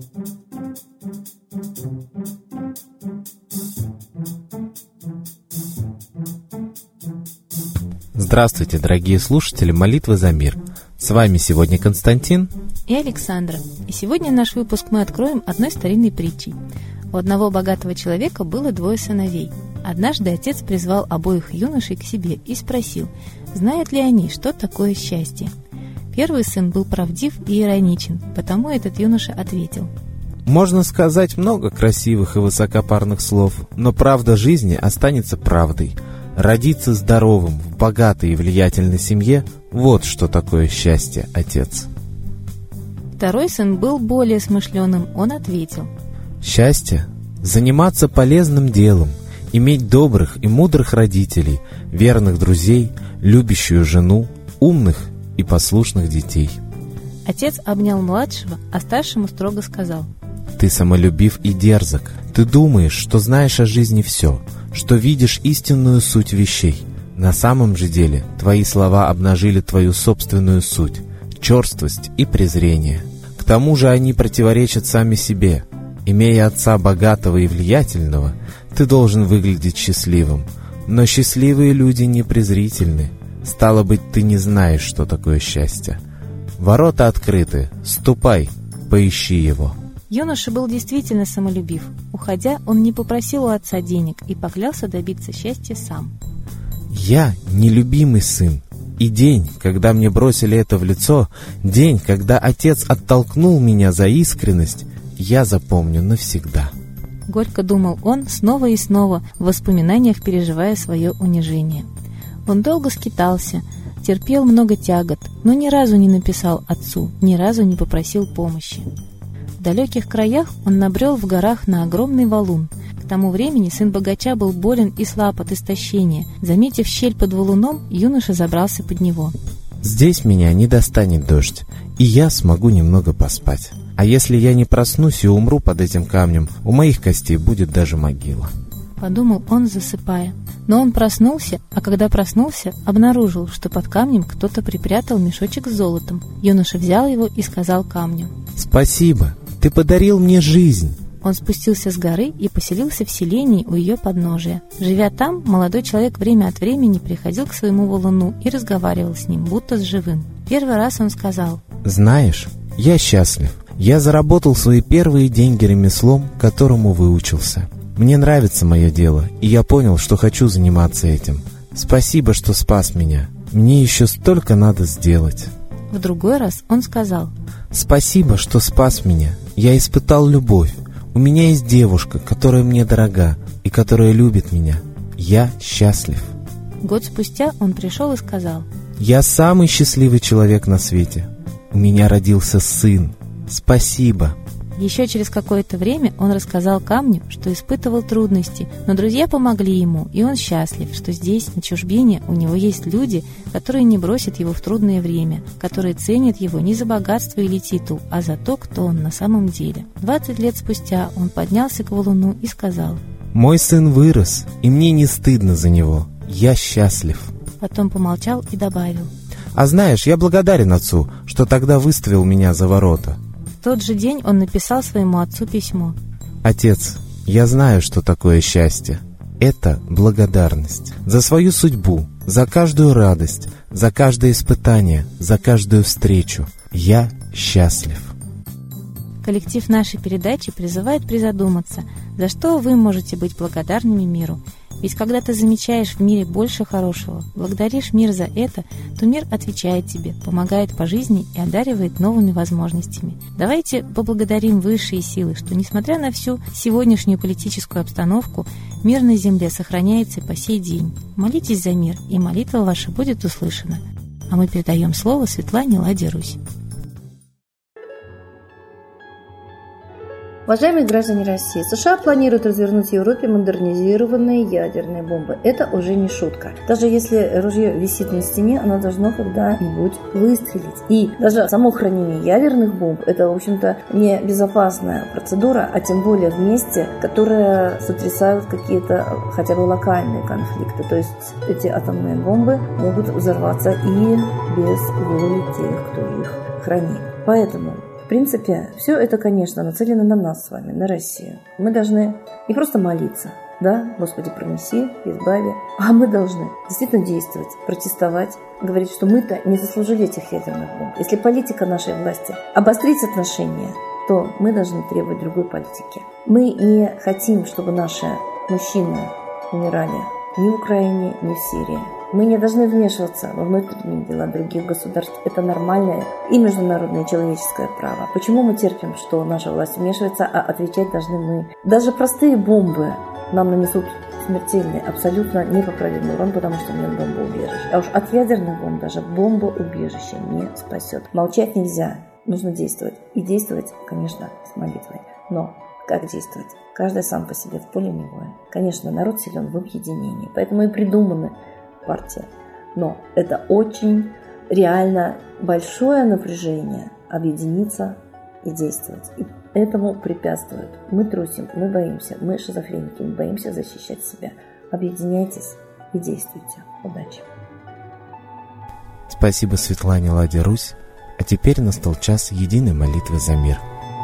Здравствуйте, дорогие слушатели «Молитвы за мир». С вами сегодня Константин и Александра. И сегодня наш выпуск мы откроем одной старинной притчей. У одного богатого человека было 2 сыновей. Однажды отец призвал обоих юношей к себе и спросил, знают ли они, что такое счастье. Первый сын был правдив и ироничен, потому этот юноша ответил: можно сказать много красивых и высокопарных слов, но правда жизни останется правдой. Родиться здоровым, в богатой и влиятельной семье – вот что такое счастье, отец. Второй сын был более смышленым, он ответил: счастье – заниматься полезным делом, иметь добрых и мудрых родителей, верных друзей, любящую жену, умных и послушных детей. Отец обнял младшего, а старшему строго сказал: ты самолюбив и дерзок, ты думаешь, что знаешь о жизни все, что видишь истинную суть вещей. На самом же деле твои слова обнажили твою собственную суть, черствость и презрение. К тому же они противоречат сами себе. Имея отца богатого и влиятельного, ты должен выглядеть счастливым. Но счастливые люди не презрительны. Стало быть, ты не знаешь, что такое счастье. Ворота открыты, ступай, поищи его. Юноша был действительно самолюбив. Уходя, он не попросил у отца денег и поклялся добиться счастья сам. Я нелюбимый сын, и день, когда мне бросили это в лицо, день, когда отец оттолкнул меня за искренность, я запомню навсегда. Горько думал он снова и снова, в воспоминаниях переживая свое унижение. Он долго скитался, терпел много тягот, но ни разу не написал отцу, ни разу не попросил помощи. В далеких краях он набрел в горах на огромный валун. К тому времени сын богача был болен и слаб от истощения. Заметив щель под валуном, юноша забрался под него. «Здесь меня не достанет дождь, и я смогу немного поспать. А если я не проснусь и умру под этим камнем, у моих костей будет даже могила», — подумал он, засыпая. Но он проснулся, а когда проснулся, обнаружил, что под камнем кто-то припрятал мешочек с золотом. Юноша взял его и сказал камню: «Спасибо, ты подарил мне жизнь». Он спустился с горы и поселился в селении у ее подножия. Живя там, молодой человек время от времени приходил к своему валуну и разговаривал с ним, будто с живым. Первый раз он сказал: «Знаешь, я счастлив. Я заработал свои первые деньги ремеслом, которому выучился. Мне нравится мое дело, и я понял, что хочу заниматься этим. Спасибо, что спас меня. Мне еще столько надо сделать». В другой раз он сказал: «Спасибо, что спас меня. Я испытал любовь. У меня есть девушка, которая мне дорога и которая любит меня. Я счастлив». Год спустя он пришел и сказал: «Я самый счастливый человек на свете. У меня родился сын. Спасибо». Еще через какое-то время он рассказал камню, что испытывал трудности, но друзья помогли ему, и он счастлив, что здесь, на чужбине, у него есть люди, которые не бросят его в трудное время, которые ценят его не за богатство или титул, а за то, кто он на самом деле. 20 лет спустя он поднялся к валуну и сказал: «Мой сын вырос, и мне не стыдно за него. Я счастлив». Потом помолчал и добавил: «А знаешь, я благодарен отцу, что тогда выставил меня за ворота». В тот же день он написал своему отцу письмо: «Отец, я знаю, что такое счастье. Это благодарность за свою судьбу, за каждую радость, за каждое испытание, за каждую встречу. Я счастлив». Коллектив нашей передачи призывает призадуматься, за что вы можете быть благодарными миру. Ведь когда ты замечаешь в мире больше хорошего, благодаришь мир за это, то мир отвечает тебе, помогает по жизни и одаривает новыми возможностями. Давайте поблагодарим высшие силы, что, несмотря на всю сегодняшнюю политическую обстановку, мир на земле сохраняется по сей день. Молитесь за мир, и молитва ваша будет услышана. А мы передаем слово Светлане Ладе Русь. Уважаемые граждане России, США планируют развернуть в Европе модернизированные ядерные бомбы. Это уже не шутка. Даже если ружье висит на стене, оно должно когда-нибудь выстрелить. И даже само хранение ядерных бомб – это, в общем-то, не безопасная процедура, а тем более в месте, которое сотрясают какие-то хотя бы локальные конфликты. То есть эти атомные бомбы могут взорваться и без воли тех, кто их хранит. Поэтому В принципе, все это, конечно, нацелено на нас с вами, на Россию. Мы должны не просто молиться, да, Господи, пронеси, избави, а мы должны действительно действовать, протестовать, говорить, что мы-то не заслужили этих ядерных бомб. Если политика нашей власти обострить отношения, то мы должны требовать другой политики. Мы не хотим, чтобы наши мужчины умирали ни в Украине, ни в Сирии. Мы не должны вмешиваться во внутренние дела других государств. Это нормальное и международное и человеческое право. Почему мы терпим, что наша власть вмешивается, а отвечать должны мы? Даже простые бомбы нам нанесут смертельный, абсолютно непоправимый урон, потому что нет бомбоубежища. А уж от ядерных бомб даже бомбоубежище не спасет. Молчать нельзя, нужно действовать. И действовать, конечно, с молитвой. Но как действовать? Каждый сам по себе в поле не воин. Конечно, народ силен в объединении, поэтому и придуманы партии. Но это очень реально большое напряжение объединиться и действовать. И этому препятствуют. Мы трусим, мы боимся, мы шизофреники, мы боимся защищать себя. Объединяйтесь и действуйте. Удачи! Спасибо Светлане Ладе Русь. А теперь настал час единой молитвы за мир.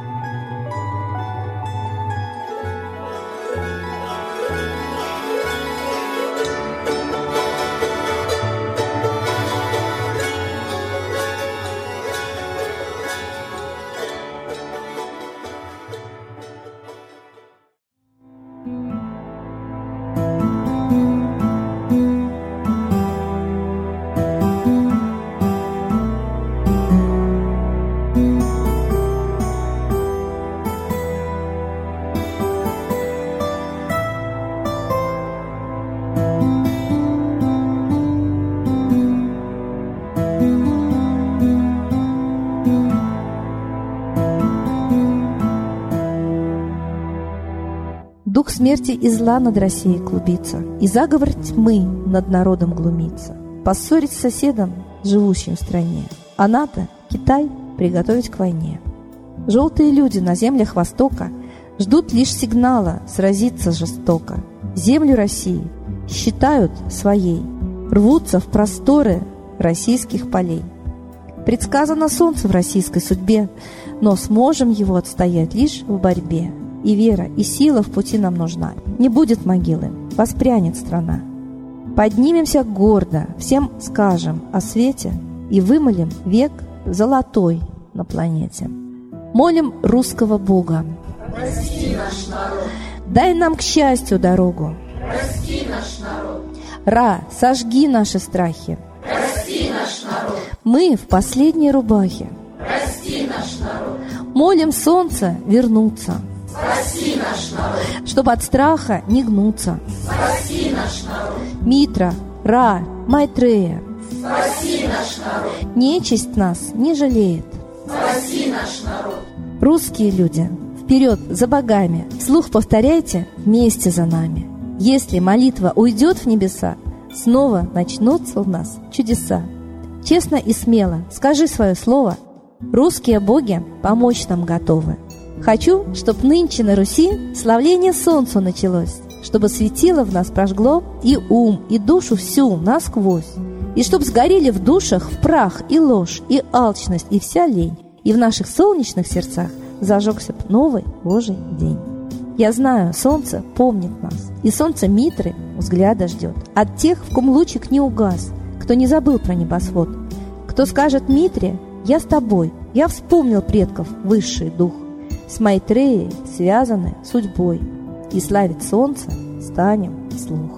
Дух смерти и зла над Россией клубится, и заговор тьмы над народом глумится. Поссорить с соседом, живущим в стране, а НАТО, Китай, приготовить к войне. Желтые люди на землях Востока ждут лишь сигнала сразиться жестоко. Землю России считают своей, рвутся в просторы российских полей. Предсказано солнце в российской судьбе, но сможем его отстоять лишь в борьбе. И вера, и сила в пути нам нужна. Не будет могилы, воспрянет страна. Поднимемся гордо, всем скажем о свете и вымолим век золотой на планете. Молим русского Бога. Прости наш народ. Дай нам к счастью дорогу. Прости наш народ. Ра, сожги наши страхи. Прости наш народ. Мы в последней рубахе. Прости наш народ. Молим солнце вернуться. Спаси наш народ. Чтоб от страха не гнуться. Спаси наш народ. Митра, Ра, Майтрея. Спаси наш народ. Нечисть нас не жалеет. Спаси наш народ. Русские люди, вперед за богами. Вслух повторяйте вместе за нами. Если молитва уйдет в небеса, снова начнутся у нас чудеса. Честно и смело скажи свое слово. Русские боги помочь нам готовы. Хочу, чтоб нынче на Руси славление солнцу началось, чтобы светило в нас прожгло и ум, и душу всю насквозь, и чтоб сгорели в душах в прах и ложь, и алчность, и вся лень, и в наших солнечных сердцах зажегся б новый Божий день. Я знаю, солнце помнит нас, и солнце Митры взгляда ждет от тех, в ком лучик не угас, кто не забыл про небосвод, кто скажет Митре: «Я с тобой, я вспомнил предков высший дух». С Майтреей связаны судьбой, и славить солнце станем вслух.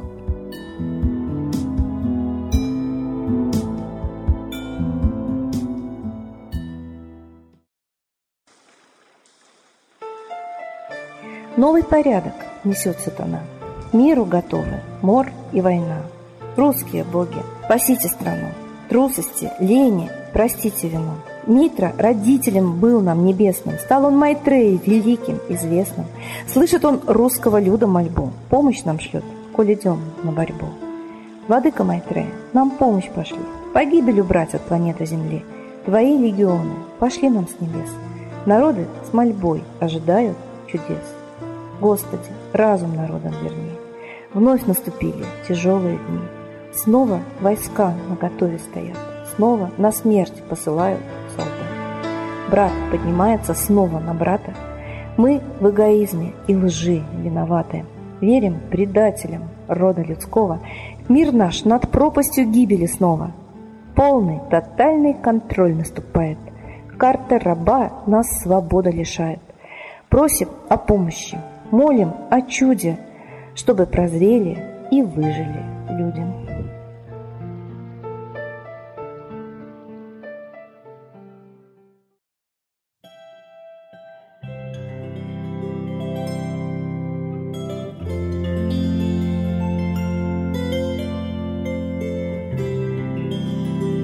Новый порядок несет сатана. Миру готовы мор и война. Русские боги, спасите страну. Трусости, лени, простите вину. Митра родителем был нам небесным, стал он Майтреей великим, известным. Слышит он русского люда мольбу, помощь нам шлет, коль идем на борьбу. Владыка Майтрея, нам помощь пошли, погибелью брать от планеты Земли. Твои легионы пошли нам с небес, народы с мольбой ожидают чудес. Господи, разум народом верни. Вновь наступили тяжелые дни, снова войска наготове стоят, снова на смерть посылают солдат. брат поднимается снова на брата, мы в эгоизме и лжи виноваты. Верим предателям рода людского, мир наш над пропастью гибели снова. Полный, тотальный контроль наступает, карта раба нас свобода лишает. Просим о помощи, молим о чуде, чтобы прозрели и выжили люди.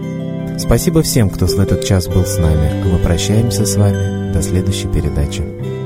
Спасибо всем, кто в этот час был с нами, а мы прощаемся с вами до следующей передачи.